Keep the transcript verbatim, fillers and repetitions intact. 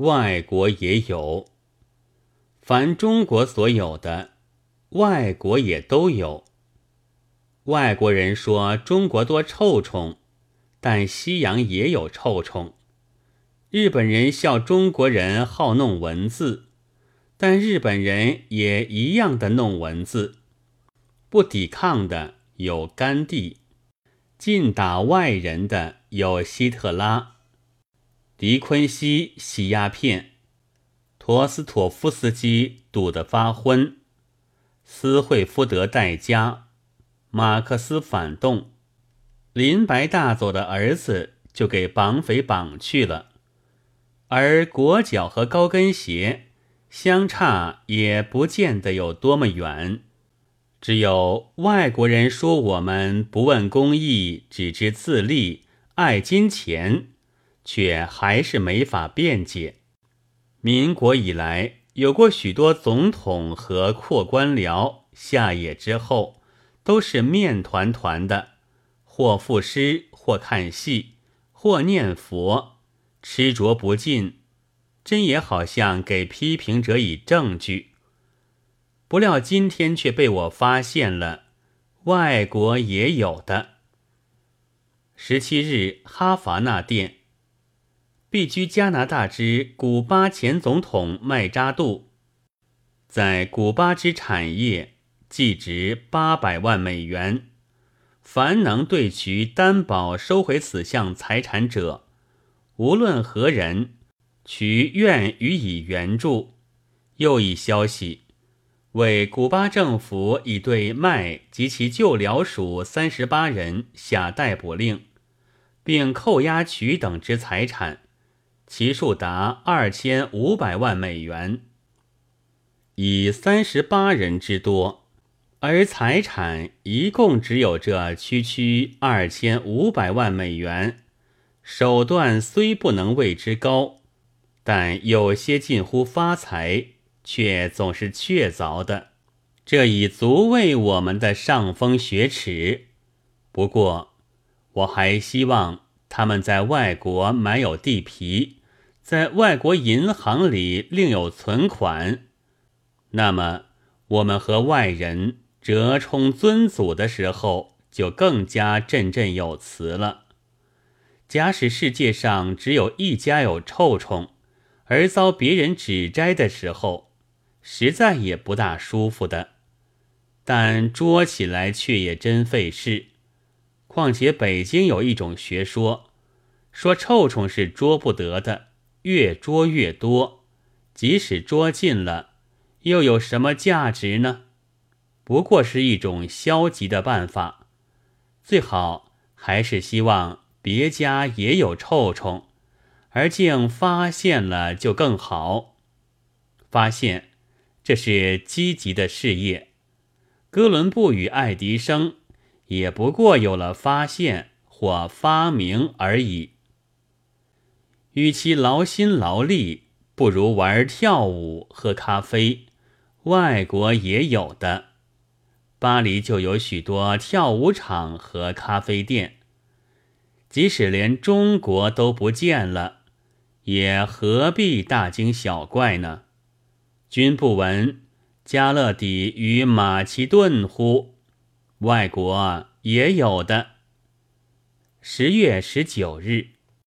外国也有。凡中国所有的，外国也都有。外国人说中国多臭虫，但西洋也有臭虫。日本人笑中国人好弄文字，但日本人也一样的弄文字。不抵抗的有甘地，尽打外人的有希特拉。狄昆西吸鸦片，陀思妥夫斯基赌得发昏，斯惠夫德代家，马克思反动，林白大佐的儿子就给绑匪绑去了。而裹脚和高跟鞋相差也不见得有多么远，只有外国人说我们不问公义，只知自利，爱金钱，却还是没法辩解。民国以来，有过许多总统和阔官僚下野之后，都是面团团的，或赋诗，或看戏，或念佛，吃着不尽，真也好像给批评者以证据。不料今天却被我发现了，外国也有的。十七日，哈伐那店，避居加拿大之古巴前总统麦扎杜，在古巴之产业计值八百万美元，凡能对其担保收回此项财产者，无论何人，其愿予以援助。又一消息，为古巴政府已对麦及其旧僚属三十八人下逮捕令，并扣押其等之财产，其数达二千五百万美元。以三十八人之多，而财产一共只有这区区二千五百万美元，手段虽不能谓之高，但有些近乎发财，却总是确凿的，这已足为我们的上风雪耻。不过我还希望他们在外国买有地皮，在外国银行里另有存款，那么我们和外人折冲尊祖的时候就更加振振有词了。假使世界上只有一家有臭虫，而遭别人指摘的时候，实在也不大舒服的，但捉起来却也真费事。况且北京有一种学说，说臭虫是捉不得的，越捉越多，即使捉尽了，又有什么价值呢？不过是一种消极的办法。最好还是希望别家也有臭虫，而竟发现了就更好。发现，这是积极的事业。哥伦布与爱迪生也不过有了发现或发明而已。与其劳心劳力，不如玩跳舞喝咖啡，外国也有的。巴黎就有许多跳舞场和咖啡店，即使连中国都不见了，也何必大惊小怪呢？君不闻加勒底与马其顿乎？外国也有的。十月十九日。